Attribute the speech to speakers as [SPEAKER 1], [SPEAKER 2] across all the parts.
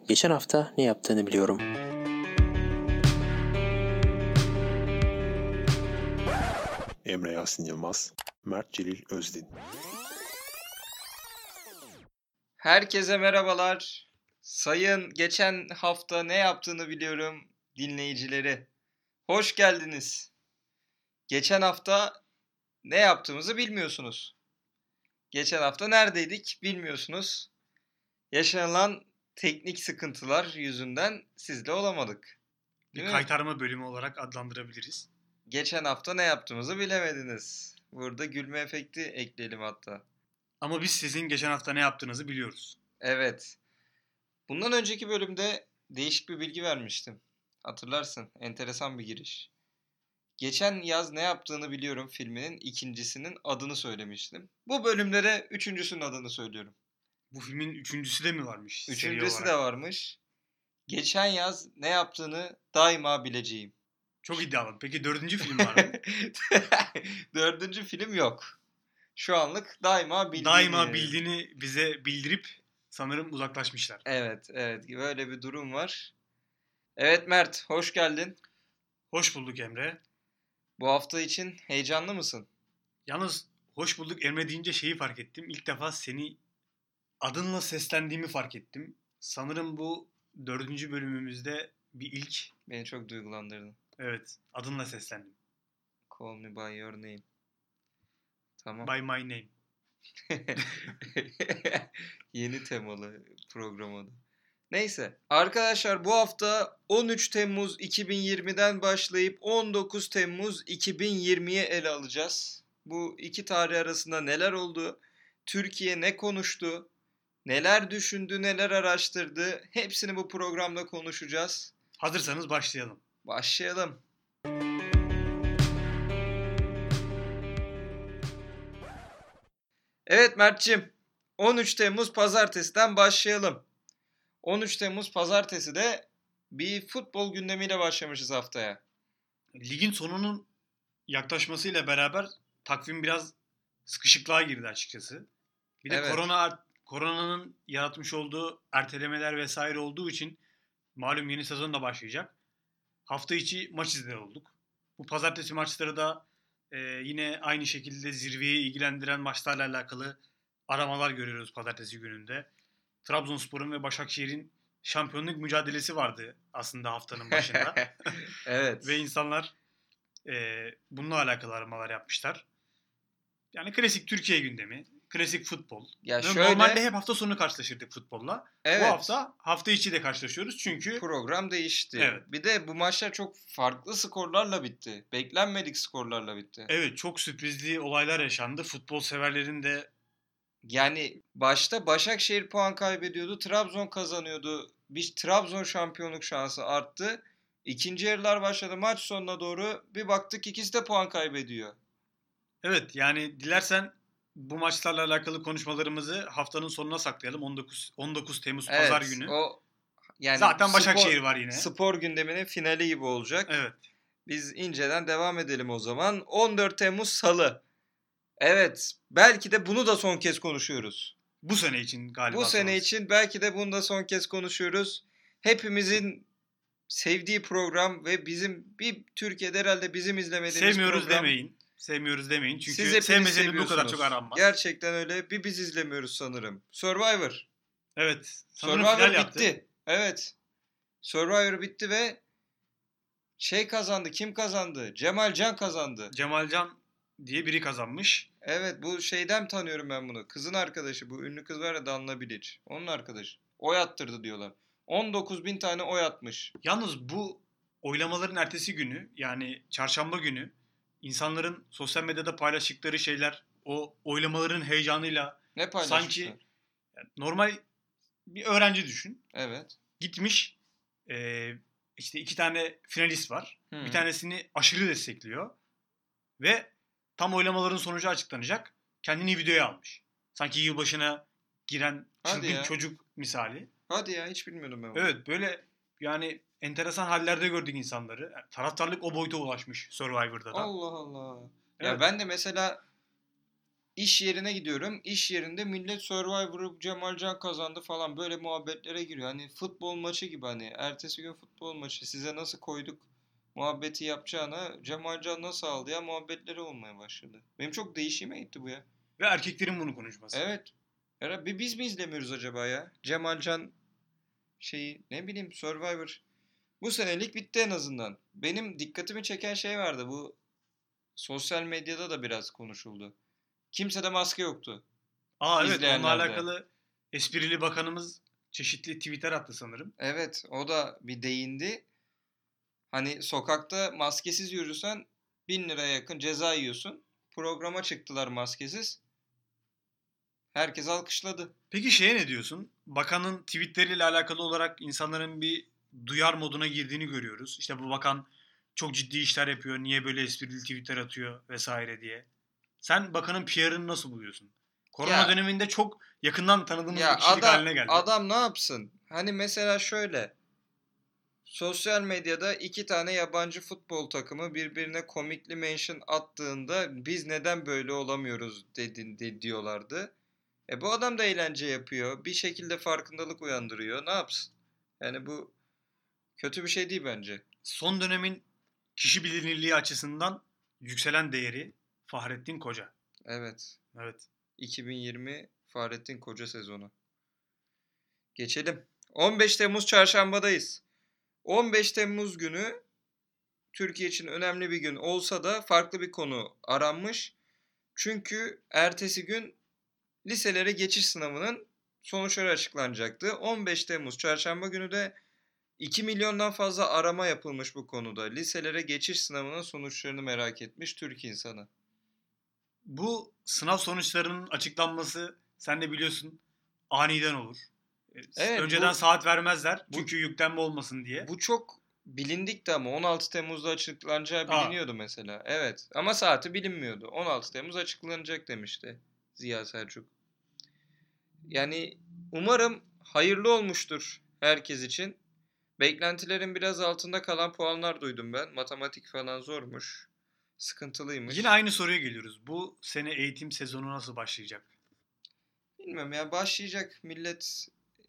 [SPEAKER 1] Geçen hafta ne yaptığını biliyorum.
[SPEAKER 2] Emre Yasin Yılmaz, Mert Celil Özdin.
[SPEAKER 3] Herkese merhabalar. Sayın geçen hafta ne yaptığını biliyorum dinleyicileri. Hoş geldiniz. Geçen hafta ne yaptığımızı bilmiyorsunuz. Geçen hafta neredeydik bilmiyorsunuz. Yaşanılan teknik sıkıntılar yüzünden sizle olamadık.
[SPEAKER 4] Bir kaytarma bölümü olarak adlandırabiliriz.
[SPEAKER 3] Geçen hafta ne yaptığımızı bilemediniz. Burada gülme efekti ekleyelim hatta.
[SPEAKER 4] Ama biz sizin geçen hafta ne yaptığınızı biliyoruz.
[SPEAKER 3] Evet. Bundan önceki bölümde değişik bir bilgi vermiştim. Hatırlarsın. Enteresan bir giriş. Geçen yaz ne yaptığını biliyorum filminin ikincisinin adını söylemiştim. Bu bölümlere üçüncüsünün adını söylüyorum.
[SPEAKER 4] Bu filmin üçüncüsü de mi varmış?
[SPEAKER 3] Üçüncüsü de varmış. Geçen yaz ne yaptığını daima bileceğim.
[SPEAKER 4] Çok iddialı. Peki dördüncü film var mı?
[SPEAKER 3] Dördüncü film yok. Şu anlık daima
[SPEAKER 4] bildiğini bize bildirip sanırım uzaklaşmışlar.
[SPEAKER 3] Evet. Böyle bir durum var. Evet Mert, hoş geldin.
[SPEAKER 4] Hoş bulduk Emre.
[SPEAKER 3] Bu hafta için heyecanlı mısın?
[SPEAKER 4] Yalnız hoş bulduk Emre deyince şeyi fark ettim. İlk defa seni adınla seslendiğimi fark ettim. Sanırım bu dördüncü bölümümüzde bir ilk.
[SPEAKER 3] Beni çok duygulandırdın.
[SPEAKER 4] Evet, adınla seslendim.
[SPEAKER 3] Call me by your name. Tamam.
[SPEAKER 4] By my name.
[SPEAKER 3] Yeni temalı program adı. Neyse. Arkadaşlar bu hafta 13 Temmuz 2020'den başlayıp 19 Temmuz 2020'ye ele alacağız. Bu iki tarih arasında neler oldu? Türkiye ne konuştu? Neler düşündü, neler araştırdı? Hepsini bu programda konuşacağız.
[SPEAKER 4] Hazırsanız başlayalım.
[SPEAKER 3] Başlayalım. Evet Mert'cim, 13 Temmuz Pazartesi'den başlayalım. 13 Temmuz Pazartesi de bir futbol gündemiyle başlamışız haftaya.
[SPEAKER 4] Ligin sonunun yaklaşmasıyla beraber takvim biraz sıkışıklığa girdi açıkçası. Bir de
[SPEAKER 3] Evet.
[SPEAKER 4] koronanın yaratmış olduğu ertelemeler vesaire olduğu için malum yeni sezon da başlayacak. Hafta içi maç izler olduk. Bu pazartesi maçları da yine aynı şekilde zirveyi ilgilendiren maçlarla alakalı aramalar görüyoruz pazartesi gününde. Trabzonspor'un ve Başakşehir'in şampiyonluk mücadelesi vardı aslında haftanın başında.
[SPEAKER 3] Evet.
[SPEAKER 4] Ve insanlar bununla alakalı aramalar yapmışlar. Yani klasik Türkiye gündemi, klasik futbol.
[SPEAKER 3] Ya
[SPEAKER 4] Normalde hep hafta sonu karşılaşırdık futbolla.
[SPEAKER 3] Evet.
[SPEAKER 4] Bu hafta içi de karşılaşıyoruz çünkü
[SPEAKER 3] program değişti.
[SPEAKER 4] Evet.
[SPEAKER 3] Bir de bu maçlar çok farklı skorlarla bitti. Beklenmedik skorlarla bitti.
[SPEAKER 4] Evet, çok sürprizli olaylar yaşandı. Futbol severlerin de
[SPEAKER 3] yani başta Başakşehir puan kaybediyordu, Trabzon kazanıyordu. Bir Trabzon şampiyonluk şansı arttı. İkinci yarılar başladı, maç sonuna doğru bir baktık ikisi de puan kaybediyor.
[SPEAKER 4] Evet, yani dilersen bu maçlarla alakalı konuşmalarımızı haftanın sonuna saklayalım. 19 Temmuz Pazar günü.
[SPEAKER 3] Yani
[SPEAKER 4] zaten Başakşehir var yine.
[SPEAKER 3] Spor gündeminin finali gibi olacak.
[SPEAKER 4] Evet.
[SPEAKER 3] Biz inceden devam edelim o zaman. 14 Temmuz Salı. Evet, belki de bunu da son kez konuşuyoruz.
[SPEAKER 4] Bu sene için galiba.
[SPEAKER 3] Bu sene için belki de bunu da son kez konuşuyoruz. Hepimizin sevdiği program ve Türkiye'de herhalde bizim izlemediğimiz program.
[SPEAKER 4] Sevmiyoruz demeyin. Çünkü
[SPEAKER 3] siz
[SPEAKER 4] sevmeseniz bu kadar çok aranmaz.
[SPEAKER 3] Gerçekten öyle. Biz izlemiyoruz sanırım. Survivor.
[SPEAKER 4] Evet.
[SPEAKER 3] Survivor bitti. Evet. Survivor bitti ve kazandı. Kim kazandı? Cemal Can kazandı.
[SPEAKER 4] Cemal Can diye biri kazanmış.
[SPEAKER 3] Evet, bu şeyden tanıyorum ben bunu. Kızın arkadaşı, bu ünlü kız var ya, Danla Bilic. Onun arkadaşı. Oy attırdı diyorlar. 19.000 tane oy atmış.
[SPEAKER 4] Yalnız bu oylamaların ertesi günü, yani çarşamba günü insanların sosyal medyada paylaştıkları şeyler o oylamaların heyecanıyla
[SPEAKER 3] ne paylaşmışlar?
[SPEAKER 4] Sanki normal bir öğrenci düşün.
[SPEAKER 3] Evet.
[SPEAKER 4] Gitmiş işte 2 tane finalist var. Bir tanesini aşırı destekliyor ve tam oylamaların sonucu açıklanacak. Kendini videoya almış. Sanki yılbaşına giren çılgın çocuk misali.
[SPEAKER 3] Hadi ya, hiç bilmiyordum ben bunu.
[SPEAKER 4] Evet, böyle yani enteresan hallerde gördük insanları. Taraftarlık o boyuta ulaşmış Survivor'da da.
[SPEAKER 3] Allah Allah.
[SPEAKER 4] Evet.
[SPEAKER 3] Ya ben de mesela İş yerine gidiyorum. İş yerinde millet Survivor'ı Cemalcan kazandı falan böyle muhabbetlere giriyor. Hani futbol maçı gibi, hani ertesi gün futbol maçı size nasıl koyduk muhabbeti yapacağına Cemalcan nasıl aldı ya muhabbetleri olmaya başladı. Benim çok değişime gitti bu ya.
[SPEAKER 4] Ve erkeklerin bunu konuşması.
[SPEAKER 3] Evet. Herhalde biz mi izlemiyoruz acaba ya? Cemalcan şeyi, ne bileyim, Survivor. Bu senelik bitti en azından. Benim dikkatimi çeken şey vardı. Bu sosyal medyada da biraz konuşuldu. Kimsede maske yoktu.
[SPEAKER 4] Evet, onunla
[SPEAKER 3] İzleyenlerde.
[SPEAKER 4] alakalı esprili bakanımız çeşitli tweetler attı sanırım.
[SPEAKER 3] Evet, o da bir değindi. Hani sokakta maskesiz yürürsen 1000 liraya yakın ceza yiyorsun. Programa çıktılar maskesiz. Herkes alkışladı.
[SPEAKER 4] Peki şeye ne diyorsun? Bakanın tweetleriyle alakalı olarak insanların bir duyar moduna girdiğini görüyoruz. İşte bu bakan çok ciddi işler yapıyor, niye böyle esprili tweetler atıyor vesaire diye. Sen bakanın PR'ını nasıl buluyorsun? Korona
[SPEAKER 3] Ya-
[SPEAKER 4] döneminde çok yakından tanıdığımız
[SPEAKER 3] Ya
[SPEAKER 4] bir kişilik haline geldi.
[SPEAKER 3] adam ne yapsın? Hani mesela şöyle. Sosyal medyada 2 tane yabancı futbol takımı birbirine komikli mention attığında biz neden böyle olamıyoruz diyorlardı. Bu adam da eğlence yapıyor. Bir şekilde farkındalık uyandırıyor. Ne yapsın? Yani bu kötü bir şey değil bence.
[SPEAKER 4] Son dönemin kişi bilinirliği açısından yükselen değeri Fahrettin Koca.
[SPEAKER 3] Evet.
[SPEAKER 4] Evet.
[SPEAKER 3] 2020 Fahrettin Koca sezonu. Geçelim. 15 Temmuz çarşambadayız. 15 Temmuz günü Türkiye için önemli bir gün olsa da farklı bir konu aranmış. Çünkü ertesi gün liselere geçiş sınavının sonuçları açıklanacaktı. 15 Temmuz çarşamba günü de 2 milyondan fazla arama yapılmış bu konuda. Liselere geçiş sınavının sonuçlarını merak etmiş Türk insanı.
[SPEAKER 4] Bu sınav sonuçlarının açıklanması sen de biliyorsun aniden olur.
[SPEAKER 3] Evet,
[SPEAKER 4] Önceden saat vermezler
[SPEAKER 3] bu-
[SPEAKER 4] çünkü yüklenme olmasın diye.
[SPEAKER 3] Bu çok bilindikti ama 16 Temmuz'da açıklanacağı biliniyordu mesela. Evet, ama saati bilinmiyordu. 16 Temmuz açıklanacak demişti Ziya Selçuk. Yani umarım hayırlı olmuştur herkes için. Beklentilerin biraz altında kalan puanlar duydum ben. Matematik falan zormuş. Sıkıntılıymış.
[SPEAKER 4] Yine aynı soruya geliyoruz. Bu sene eğitim sezonu nasıl başlayacak?
[SPEAKER 3] Bilmiyorum ya, başlayacak millet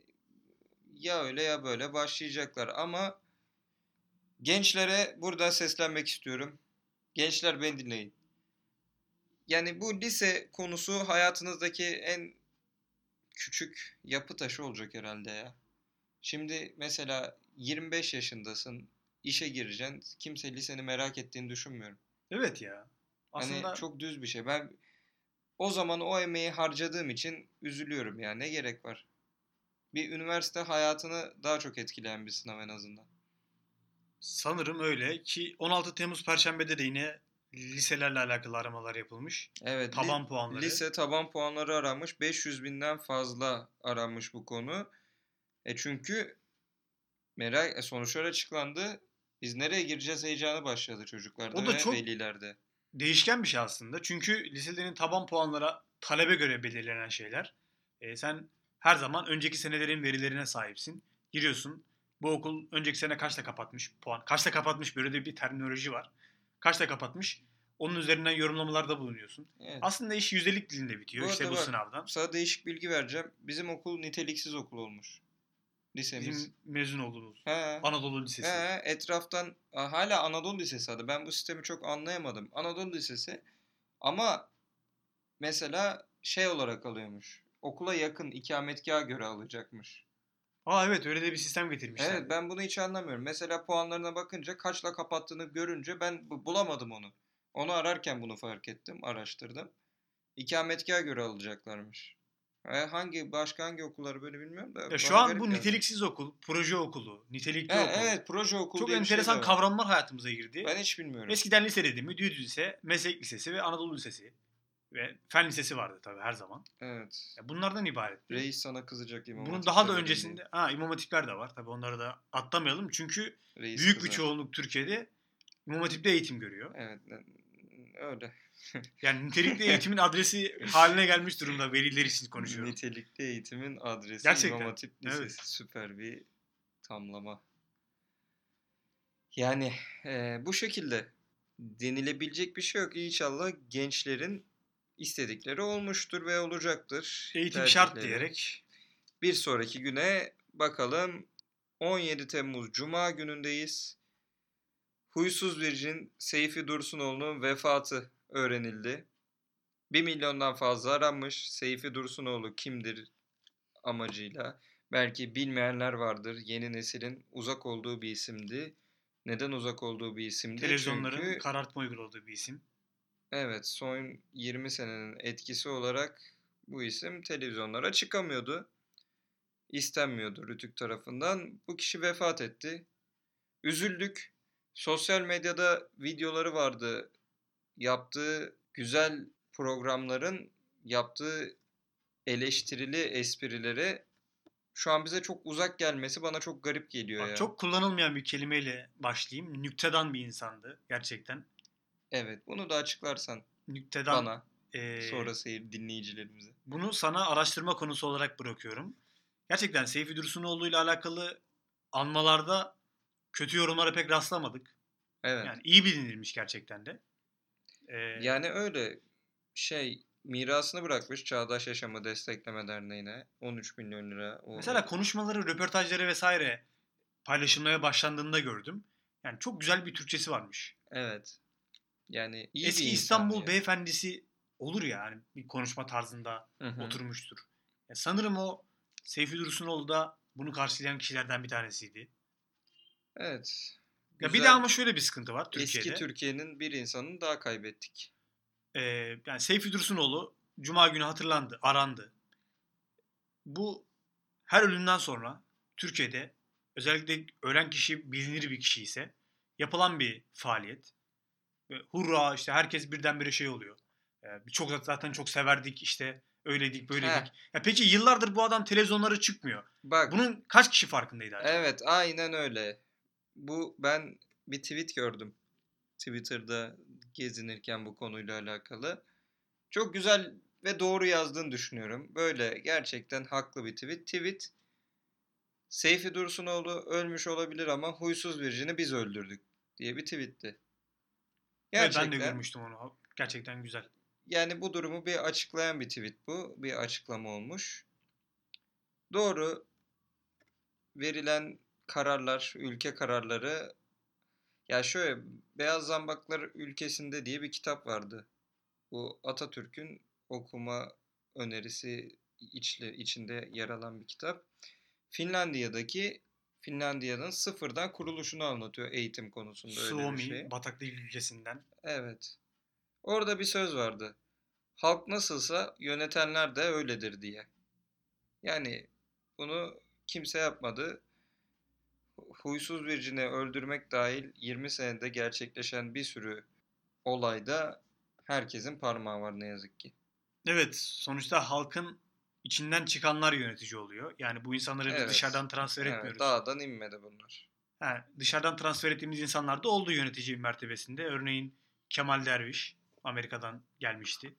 [SPEAKER 3] ya öyle ya böyle başlayacaklar ama gençlere burada seslenmek istiyorum. Gençler, beni dinleyin. Yani bu lise konusu hayatınızdaki en küçük yapı taşı olacak herhalde ya. Şimdi mesela 25 yaşındasın, işe gireceksin. Kimse liseni merak ettiğini düşünmüyorum.
[SPEAKER 4] Evet ya. Aslında
[SPEAKER 3] Hani çok düz bir şey. Ben o zaman o emeği harcadığım için üzülüyorum ya. Ne gerek var? Bir üniversite hayatını daha çok etkileyen bir sınav en azından.
[SPEAKER 4] sanırım öyle ki 16 Temmuz Perşembe'de de yine liselerle alakalı aramalar yapılmış.
[SPEAKER 3] Evet,
[SPEAKER 4] Taban puanları.
[SPEAKER 3] lise taban puanları aranmış. 500 binden fazla aranmış bu konu. Çünkü sonuçlar açıklandı. Biz nereye gireceğiz heyecanı başladı çocuklarda
[SPEAKER 4] O da
[SPEAKER 3] ve
[SPEAKER 4] çok
[SPEAKER 3] velilerde.
[SPEAKER 4] değişken bir şey aslında. Çünkü liselerin taban puanlara talebe göre belirlenen şeyler. Sen her zaman önceki senelerin verilerine sahipsin. Giriyorsun. Bu okul önceki sene kaçta kapatmış puan? Kaçta kapatmış, böyle de bir terminoloji var. Kaçta kapatmış? Onun üzerinden yorumlamalarda bulunuyorsun.
[SPEAKER 3] Evet.
[SPEAKER 4] Aslında iş yüzdelik dilinde bitiyor
[SPEAKER 3] Bu
[SPEAKER 4] işte
[SPEAKER 3] arada
[SPEAKER 4] bu
[SPEAKER 3] bak,
[SPEAKER 4] sınavdan.
[SPEAKER 3] sana değişik bilgi vereceğim. Bizim okul niteliksiz okul olmuş. Lisemiz.
[SPEAKER 4] Bizim mezun olduğumuz
[SPEAKER 3] He.
[SPEAKER 4] Anadolu Lisesi.
[SPEAKER 3] Etraftan hala Anadolu Lisesi adı. Ben bu sistemi çok anlayamadım. Anadolu Lisesi ama mesela şey olarak alıyormuş. Okula yakın ikametgaha göre alacakmış.
[SPEAKER 4] Evet, öyle de bir sistem getirmişler.
[SPEAKER 3] Evet, ben bunu hiç anlamıyorum. Mesela puanlarına bakınca kaçla kapattığını görünce ben bulamadım onu. Onu ararken bunu fark ettim, araştırdım. İkametgaha göre alacaklarmış. Başka hangi okulları böyle bilmiyorum da
[SPEAKER 4] Ya
[SPEAKER 3] bana
[SPEAKER 4] şu an
[SPEAKER 3] garip
[SPEAKER 4] bu
[SPEAKER 3] geldi.
[SPEAKER 4] niteliksiz okul, proje okulu, nitelikli okul.
[SPEAKER 3] Evet, proje okulu
[SPEAKER 4] Çok
[SPEAKER 3] diye bir şey de
[SPEAKER 4] enteresan
[SPEAKER 3] var.
[SPEAKER 4] kavramlar hayatımıza girdi.
[SPEAKER 3] Ben hiç bilmiyorum.
[SPEAKER 4] Eskiden lise dedi mi düz lise, meslek lisesi ve Anadolu Lisesi ve fen lisesi vardı tabii her zaman.
[SPEAKER 3] Evet.
[SPEAKER 4] Ya bunlardan ibaretti.
[SPEAKER 3] Reis sana kızacak İmam
[SPEAKER 4] Bunun
[SPEAKER 3] Hatip'te
[SPEAKER 4] daha da
[SPEAKER 3] böyle
[SPEAKER 4] öncesinde İmam Hatipler de var. Tabii onları da atlamayalım. Çünkü
[SPEAKER 3] Reis
[SPEAKER 4] büyük bir
[SPEAKER 3] kızar.
[SPEAKER 4] çoğunluk Türkiye'de İmam Hatip'te eğitim görüyor.
[SPEAKER 3] Evet, öyle.
[SPEAKER 4] Yani nitelikli eğitimin adresi haline gelmiş durumda, veliler için konuşuyorum.
[SPEAKER 3] Nitelikli eğitimin adresi
[SPEAKER 4] Gerçekten.
[SPEAKER 3] İmam Hatip Lisesi.
[SPEAKER 4] Evet.
[SPEAKER 3] Süper bir tamlama. Yani bu şekilde denilebilecek bir şey yok. İnşallah gençlerin istedikleri olmuştur ve olacaktır.
[SPEAKER 4] Eğitim şart
[SPEAKER 3] tercihleri.
[SPEAKER 4] diyerek.
[SPEAKER 3] Bir sonraki güne bakalım. 17 Temmuz Cuma günündeyiz. Huysuz Virgin Seyfi Dursunoğlu'nun vefatı öğrenildi. 1 milyondan fazla aranmış. Seyfi Dursunoğlu kimdir amacıyla. Belki bilmeyenler vardır. Yeni neslin uzak olduğu bir isimdi. Neden uzak olduğu bir isimdi?
[SPEAKER 4] Televizyonların
[SPEAKER 3] Çünkü
[SPEAKER 4] karartma uyguladığı bir isim.
[SPEAKER 3] evet, son 20 senenin etkisi olarak bu isim televizyonlara çıkamıyordu. İstenmiyordu Rütük tarafından. Bu kişi vefat etti. Üzüldük. Sosyal medyada videoları vardı. Yaptığı güzel programların yaptığı eleştirili esprileri şu an bize çok uzak gelmesi bana çok garip geliyor
[SPEAKER 4] Bak,
[SPEAKER 3] ya.
[SPEAKER 4] çok kullanılmayan bir kelimeyle başlayayım. Nüktedan bir insandı gerçekten.
[SPEAKER 3] Evet, bunu da açıklarsan
[SPEAKER 4] Nüktedan.
[SPEAKER 3] bana, sonra seyir dinleyicilerimize.
[SPEAKER 4] Bunu sana araştırma konusu olarak bırakıyorum. Gerçekten Seyfi Dursunoğlu ile alakalı anmalarda kötü yorumlara pek rastlamadık.
[SPEAKER 3] Evet.
[SPEAKER 4] Yani iyi bilinirmiş gerçekten de.
[SPEAKER 3] Yani öyle mirasını bırakmış Çağdaş Yaşamı Destekleme Derneği'ne 13 milyon lira.
[SPEAKER 4] Mesela konuşmaları, röportajları vesaire paylaşılmaya başlandığında gördüm. Yani çok güzel bir Türkçesi varmış.
[SPEAKER 3] Evet. Yani iyi
[SPEAKER 4] Eski
[SPEAKER 3] bir insan
[SPEAKER 4] İstanbul
[SPEAKER 3] ya.
[SPEAKER 4] beyefendisi olur ya, yani bir konuşma tarzında
[SPEAKER 3] Hı.
[SPEAKER 4] oturmuştur. Ya sanırım o Seyfi Dursunoğlu da bunu karşılayan kişilerden bir tanesiydi.
[SPEAKER 3] Evet.
[SPEAKER 4] Ya bir
[SPEAKER 3] Güzel.
[SPEAKER 4] de ama şöyle bir sıkıntı var Türkiye'de.
[SPEAKER 3] Eski Türkiye'nin bir insanını daha kaybettik.
[SPEAKER 4] Yani Seyfi Dursunoğlu Cuma günü hatırlandı, arandı. Bu her ölümden sonra Türkiye'de özellikle ölen kişi bilinir bir kişi ise yapılan bir faaliyet. Ve hurra işte herkes birdenbire şey oluyor. Çok zaten çok severdik işte öyleydik böyleydik. Ya peki yıllardır bu adam televizyonlara çıkmıyor.
[SPEAKER 3] Bak.
[SPEAKER 4] Bunun kaç kişi farkındaydı acaba?
[SPEAKER 3] Evet, aynen öyle. Ben bir tweet gördüm. Twitter'da gezinirken bu konuyla alakalı. Çok güzel ve doğru yazdığını düşünüyorum. Böyle gerçekten haklı bir tweet. Seyfi Dursunoğlu ölmüş olabilir ama Huysuz Virgin'i biz öldürdük diye bir tweetti. Gerçekten.
[SPEAKER 4] Evet, ben de görmüştüm onu. Gerçekten güzel.
[SPEAKER 3] Yani bu durumu bir açıklayan bir tweet bu. Bir açıklama olmuş. Doğru. Verilen kararlar, ülke kararları. Ya şöyle, Beyaz Zambaklar Ülkesinde diye bir kitap vardı. Bu Atatürk'ün okuma önerisi içinde yer alan bir kitap. Finlandiya'nın sıfırdan kuruluşunu anlatıyor eğitim konusunda öyle bir
[SPEAKER 4] Suomi,
[SPEAKER 3] şey.
[SPEAKER 4] bataklık ülkesinden.
[SPEAKER 3] Evet. Orada bir söz vardı. Halk nasılsa yönetenler de öyledir diye. Yani bunu kimse yapmadı. Huysuz Virgin'i öldürmek dahil 20 senede gerçekleşen bir sürü olayda herkesin parmağı var ne yazık ki.
[SPEAKER 4] Evet, sonuçta halkın içinden çıkanlar yönetici oluyor. Yani bu insanları biz dışarıdan transfer etmiyoruz.
[SPEAKER 3] Evet, dağdan inmedi bunlar.
[SPEAKER 4] Dışarıdan transfer ettiğimiz insanlar da oldu yönetici mertebesinde. Örneğin Kemal Derviş Amerika'dan gelmişti.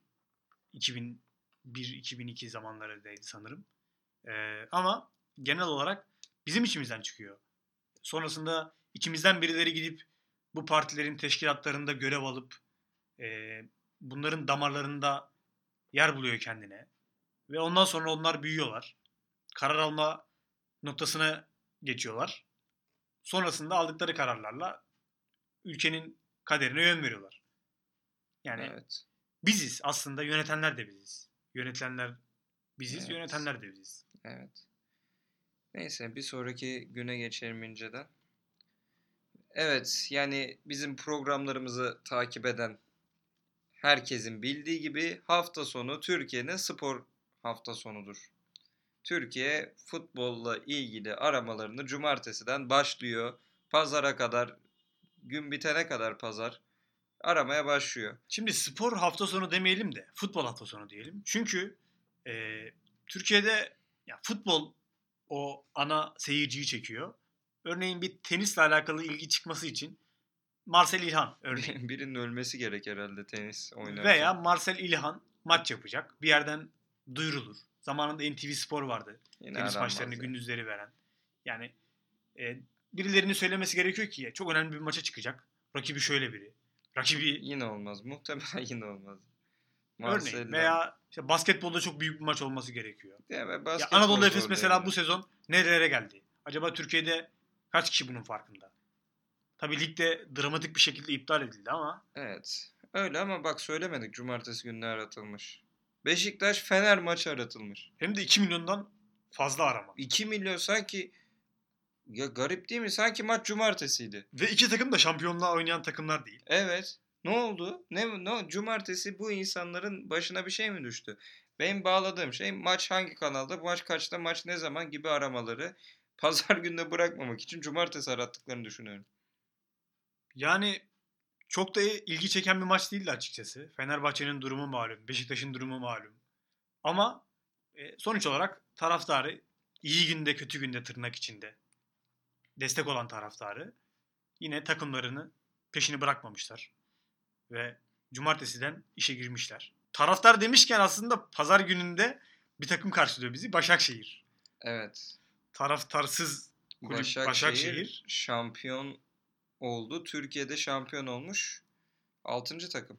[SPEAKER 4] 2001-2002 zamanlarındaydı sanırım. Ama genel olarak bizim içimizden çıkıyor. Sonrasında içimizden birileri gidip bu partilerin teşkilatlarında görev alıp bunların damarlarında yer buluyor kendine. Ve ondan sonra onlar büyüyorlar. Karar alma noktasına geçiyorlar. Sonrasında aldıkları kararlarla ülkenin kaderine yön veriyorlar. Yani
[SPEAKER 3] Evet.
[SPEAKER 4] biziz aslında, yönetenler de biziz. Yönetilenler biziz,
[SPEAKER 3] Evet.
[SPEAKER 4] yönetenler de biziz.
[SPEAKER 3] Evet. Neyse bir sonraki güne geçelim inceden. Evet, yani bizim programlarımızı takip eden herkesin bildiği gibi hafta sonu Türkiye'nin spor hafta sonudur. Türkiye futbolla ilgili aramalarını cumartesiden başlıyor. Pazara kadar, gün bitene kadar pazar aramaya başlıyor.
[SPEAKER 4] Şimdi spor hafta sonu demeyelim de futbol hafta sonu diyelim. Çünkü Türkiye'de ya futbol o ana seyirciyi çekiyor. Örneğin bir tenisle alakalı ilgi çıkması için Marcel İlhan örneğin.
[SPEAKER 3] Birinin ölmesi gerek herhalde tenis oynarken.
[SPEAKER 4] Veya Marcel İlhan maç yapacak. Bir yerden duyurulur. Zamanında NTV Spor vardı.
[SPEAKER 3] Yine
[SPEAKER 4] Tenis
[SPEAKER 3] aranmaz
[SPEAKER 4] maçlarını
[SPEAKER 3] ya.
[SPEAKER 4] gündüzleri veren. Yani birilerinin söylemesi gerekiyor ki çok önemli bir maça çıkacak. Rakibi şöyle biri. Rakibi
[SPEAKER 3] Yine olmaz. Muhtemelen yine olmaz.
[SPEAKER 4] Örneğin veya işte basketbolda çok büyük bir maç olması gerekiyor.
[SPEAKER 3] Ya,
[SPEAKER 4] Ya Anadolu Efes mesela bu sezon nerelere geldi? Acaba Türkiye'de kaç kişi bunun farkında? Tabii ligde dramatik bir şekilde iptal edildi ama.
[SPEAKER 3] Evet. Öyle ama bak söylemedik cumartesi günü aratılmış. Beşiktaş Fener maçı aratılmış.
[SPEAKER 4] Hem de 2 milyondan fazla arama.
[SPEAKER 3] 2 milyon sanki ya garip değil mi? Sanki maç cumartesiydi.
[SPEAKER 4] Ve iki takım da şampiyonluğa oynayan takımlar değil.
[SPEAKER 3] Evet. Ne oldu? Ne cumartesi bu insanların başına bir şey mi düştü? Benim bağladığım şey maç hangi kanalda, maç kaçta, maç ne zaman gibi aramaları pazar gününe bırakmamak için cumartesi arattıklarını düşünüyorum.
[SPEAKER 4] Yani çok da ilgi çeken bir maç değildi açıkçası. Fenerbahçe'nin durumu malum, Beşiktaş'ın durumu malum. Ama sonuç olarak taraftarı iyi günde kötü günde tırnak içinde destek olan taraftarı yine takımlarını peşini bırakmamışlar. Ve cumartesiden işe girmişler. Taraftar demişken aslında pazar gününde bir takım karşılıyor bizi. Başakşehir.
[SPEAKER 3] Evet.
[SPEAKER 4] Taraftarsız kulüp Başakşehir.
[SPEAKER 3] Şampiyon oldu. Türkiye'de şampiyon olmuş. 6. takım.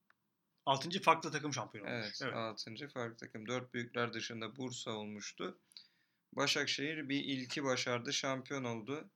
[SPEAKER 4] 6. farklı takım şampiyon olmuş.
[SPEAKER 3] Evet. 6. farklı takım. 4 büyükler dışında Bursa olmuştu. Başakşehir bir ilki başardı. Şampiyon oldu.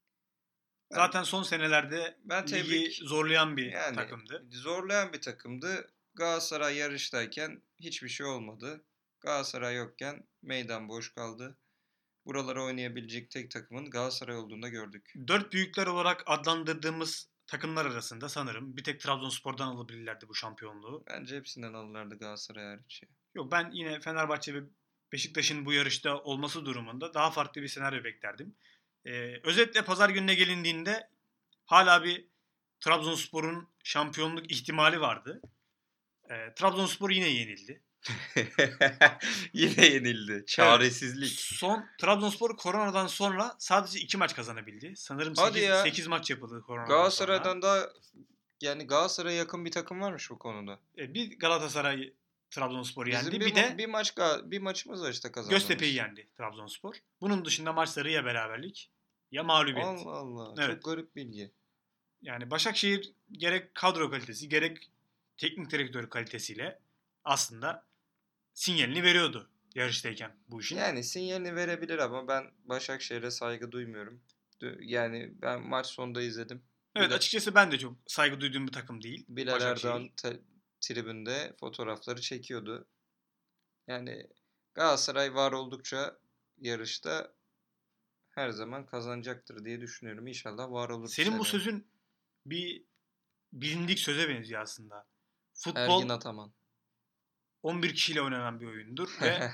[SPEAKER 4] Zaten son senelerde
[SPEAKER 3] ligi
[SPEAKER 4] zorlayan bir takımdı.
[SPEAKER 3] Zorlayan bir takımdı. Galatasaray yarıştayken hiçbir şey olmadı. Galatasaray yokken meydan boş kaldı. Buralara oynayabilecek tek takımın Galatasaray olduğunu da gördük.
[SPEAKER 4] 4 büyükler olarak adlandırdığımız takımlar arasında sanırım bir tek Trabzonspor'dan alabilirlerdi bu şampiyonluğu.
[SPEAKER 3] Bence hepsinden alırlardı Galatasaray hariç.
[SPEAKER 4] Yok, ben yine Fenerbahçe ve Beşiktaş'ın bu yarışta olması durumunda daha farklı bir senaryo beklerdim. Özetle pazar gününe gelindiğinde hala bir Trabzonspor'un şampiyonluk ihtimali vardı. Trabzonspor yine yenildi.
[SPEAKER 3] Yine yenildi. Çaresizlik.
[SPEAKER 4] Son Trabzonspor koronadan sonra sadece 2 maç kazanabildi. Sanırım 8 maç yapıldı koronadan
[SPEAKER 3] Galatasaray'dan da yani Galatasaray'a yakın bir takım varmış bu konuda.
[SPEAKER 4] Bir Galatasaray Trabzonspor yendi.
[SPEAKER 3] Bir maçımız var işte kazanmamız.
[SPEAKER 4] Göztepe'yi yendi Trabzonspor. Bunun dışında maçları ya beraberlik ya mağlubiyet.
[SPEAKER 3] Allah Allah. Evet. Çok garip bilgi.
[SPEAKER 4] Yani Başakşehir gerek kadro kalitesi gerek teknik direktör kalitesiyle aslında sinyalini veriyordu yarıştayken bu işin.
[SPEAKER 3] Yani sinyalini verebilir ama ben Başakşehir'e saygı duymuyorum. Yani ben maç sonunda izledim.
[SPEAKER 4] Evet, açıkçası ben de çok saygı duyduğum bir takım değil.
[SPEAKER 3] Bilal Erdoğan tribünde fotoğrafları çekiyordu. Yani Galatasaray var oldukça yarışta her zaman kazanacaktır diye düşünüyorum. İnşallah var olur.
[SPEAKER 4] Senin bu sözün bir bilindik söze benziyor aslında. Futbol
[SPEAKER 3] Ergin Ataman.
[SPEAKER 4] 11 kişiyle oynanan bir oyundur ve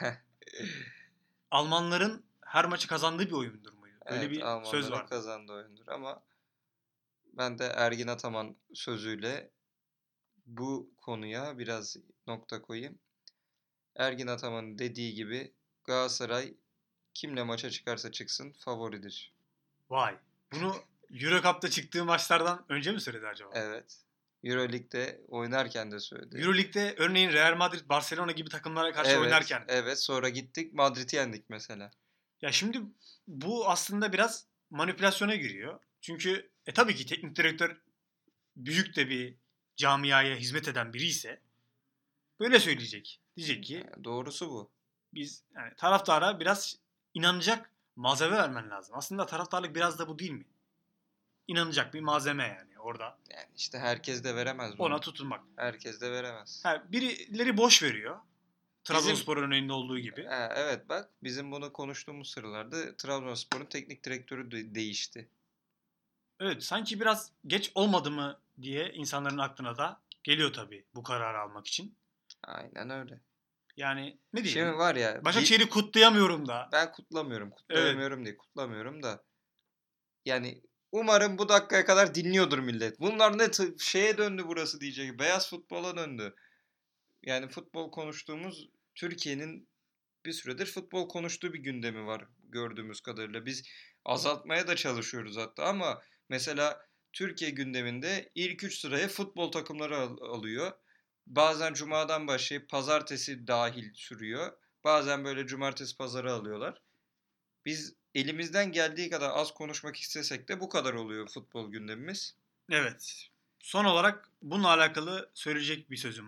[SPEAKER 4] Almanların her maçı kazandığı bir oyundur muydu? Öyle bir söz var.
[SPEAKER 3] Almanların kazandığı oyundur ama ben de Ergin Ataman sözüyle bu konuya biraz nokta koyayım. Ergin Ataman'ın dediği gibi Galatasaray kimle maça çıkarsa çıksın favoridir.
[SPEAKER 4] Vay. Bunu Euro Cup'ta çıktığı maçlardan önce mi söyledi acaba?
[SPEAKER 3] Evet. Euroleague'de oynarken de söyledi.
[SPEAKER 4] Euroleague'de örneğin Real Madrid, Barcelona gibi takımlara karşı oynarken.
[SPEAKER 3] Evet, sonra gittik Madrid'i yendik mesela.
[SPEAKER 4] Ya şimdi bu aslında biraz manipülasyona giriyor. Çünkü tabii ki teknik direktör büyük de bir camiaya hizmet eden biri ise böyle söyleyecek. Diyecek ki
[SPEAKER 3] yani doğrusu bu.
[SPEAKER 4] Biz yani taraftara biraz inanacak malzeme vermen lazım. Aslında taraftarlık biraz da bu değil mi? İnanacak bir malzeme yani orada.
[SPEAKER 3] Yani işte herkes de veremez bunu.
[SPEAKER 4] Ona tutunmak.
[SPEAKER 3] Herkes de veremez.
[SPEAKER 4] Birileri boş veriyor. Trabzonspor örneğinde olduğu gibi.
[SPEAKER 3] Evet bak bizim bunu konuştuğumuz sıralarda Trabzonspor'un teknik direktörü değişti.
[SPEAKER 4] Evet, sanki biraz geç olmadı mı diye insanların aklına da geliyor tabii bu kararı almak için.
[SPEAKER 3] Aynen öyle.
[SPEAKER 4] Yani ne diyeyim?
[SPEAKER 3] Şimdi var ya.
[SPEAKER 4] Başakşehir'i kutlayamıyorum da.
[SPEAKER 3] Ben kutlamıyorum. Kutlamıyorum da. Yani umarım bu dakikaya kadar dinliyordur millet. Bunlar ne şeye döndü burası diyecek. Beyaz futbola döndü. Yani futbol konuştuğumuz Türkiye'nin bir süredir futbol konuştuğu bir gündemi var gördüğümüz kadarıyla. Biz azaltmaya da çalışıyoruz hatta ama mesela Türkiye gündeminde ilk 3 sıraya futbol takımları alıyor. Bazen cumadan başlayıp pazartesi dahil sürüyor. Bazen böyle cumartesi pazarı alıyorlar. Biz elimizden geldiği kadar az konuşmak istesek de bu kadar oluyor futbol gündemimiz.
[SPEAKER 4] Evet. Son olarak bununla alakalı söyleyecek bir sözüm var.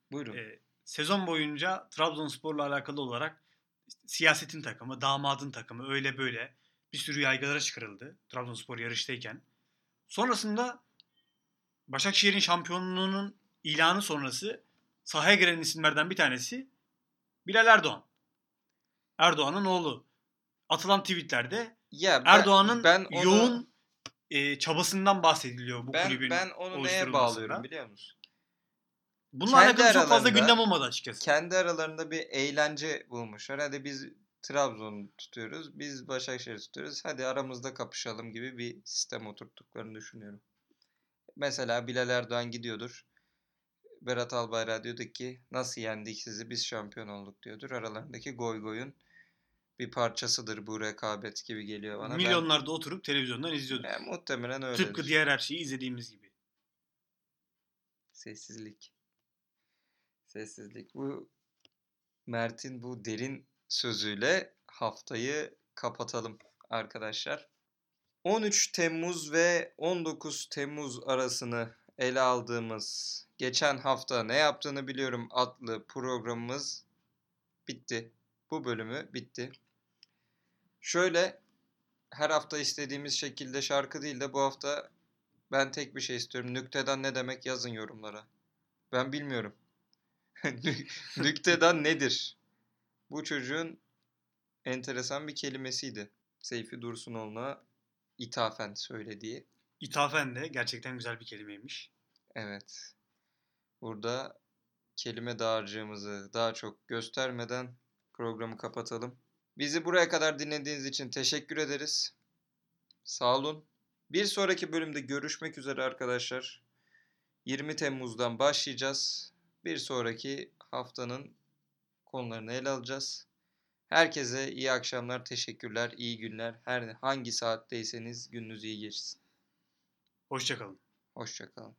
[SPEAKER 3] Buyurun.
[SPEAKER 4] Sezon boyunca Trabzonspor'la alakalı olarak işte siyasetin takımı, damadın takımı öyle böyle bir sürü yaygara çıkarıldı Trabzonspor yarıştayken. Sonrasında Başakşehir'in şampiyonluğunun ilanı sonrası sahaya giren isimlerden bir tanesi Bilal Erdoğan. Erdoğan'ın oğlu. Atılan tweetlerde
[SPEAKER 3] Ya
[SPEAKER 4] Erdoğan'ın
[SPEAKER 3] ben onu,
[SPEAKER 4] yoğun çabasından bahsediliyor bu kulübün
[SPEAKER 3] ben onu neye
[SPEAKER 4] oluşturulmasında.
[SPEAKER 3] bağlıyorum biliyor musun?
[SPEAKER 4] Bununla
[SPEAKER 3] Kendi
[SPEAKER 4] alakalı çok fazla
[SPEAKER 3] aralarında-
[SPEAKER 4] gündem olmadı açıkçası.
[SPEAKER 3] Kendi aralarında bir eğlence bulmuşlar. Hadi biz Trabzon'u tutuyoruz, biz Başakşehir'i tutuyoruz. Hadi aramızda kapışalım gibi bir sistem oturttuklarını düşünüyorum. Mesela Bilal Erdoğan gidiyordur. Berat Albayrak diyordu ki nasıl yendik sizi, biz şampiyon olduk diyordur. Aralarındaki goy goyun bir parçasıdır bu rekabet gibi geliyor bana.
[SPEAKER 4] Milyonlarda oturup televizyondan izliyorduk.
[SPEAKER 3] Muhtemelen öyledir.
[SPEAKER 4] Tıpkı diğer her şeyi izlediğimiz gibi.
[SPEAKER 3] Sessizlik. Sessizlik. Bu Mert'in bu derin sözüyle haftayı kapatalım arkadaşlar. 13 Temmuz ve 19 Temmuz arasını ele aldığımız Geçen Hafta Ne Yaptığını Biliyorum adlı programımız bitti. Bu bölümü bitti. Şöyle, her hafta istediğimiz şekilde şarkı değil de bu hafta ben tek bir şey istiyorum. Nüktedan ne demek yazın yorumlara. Ben bilmiyorum. Nüktedan nedir? Bu çocuğun enteresan bir kelimesiydi. Seyfi Dursunoğlu'na ithafen söylediği.
[SPEAKER 4] İthafen de gerçekten güzel bir kelimeymiş.
[SPEAKER 3] Evet. Burada kelime dağarcığımızı daha çok göstermeden programı kapatalım. Bizi buraya kadar dinlediğiniz için teşekkür ederiz. Sağ olun. Bir sonraki bölümde görüşmek üzere arkadaşlar. 20 Temmuz'dan başlayacağız. Bir sonraki haftanın konularını ele alacağız. Herkese iyi akşamlar, teşekkürler, iyi günler. Hangi saatteyseniz gününüz iyi geçsin.
[SPEAKER 4] Hoşça kalın.
[SPEAKER 3] Hoşça kalın.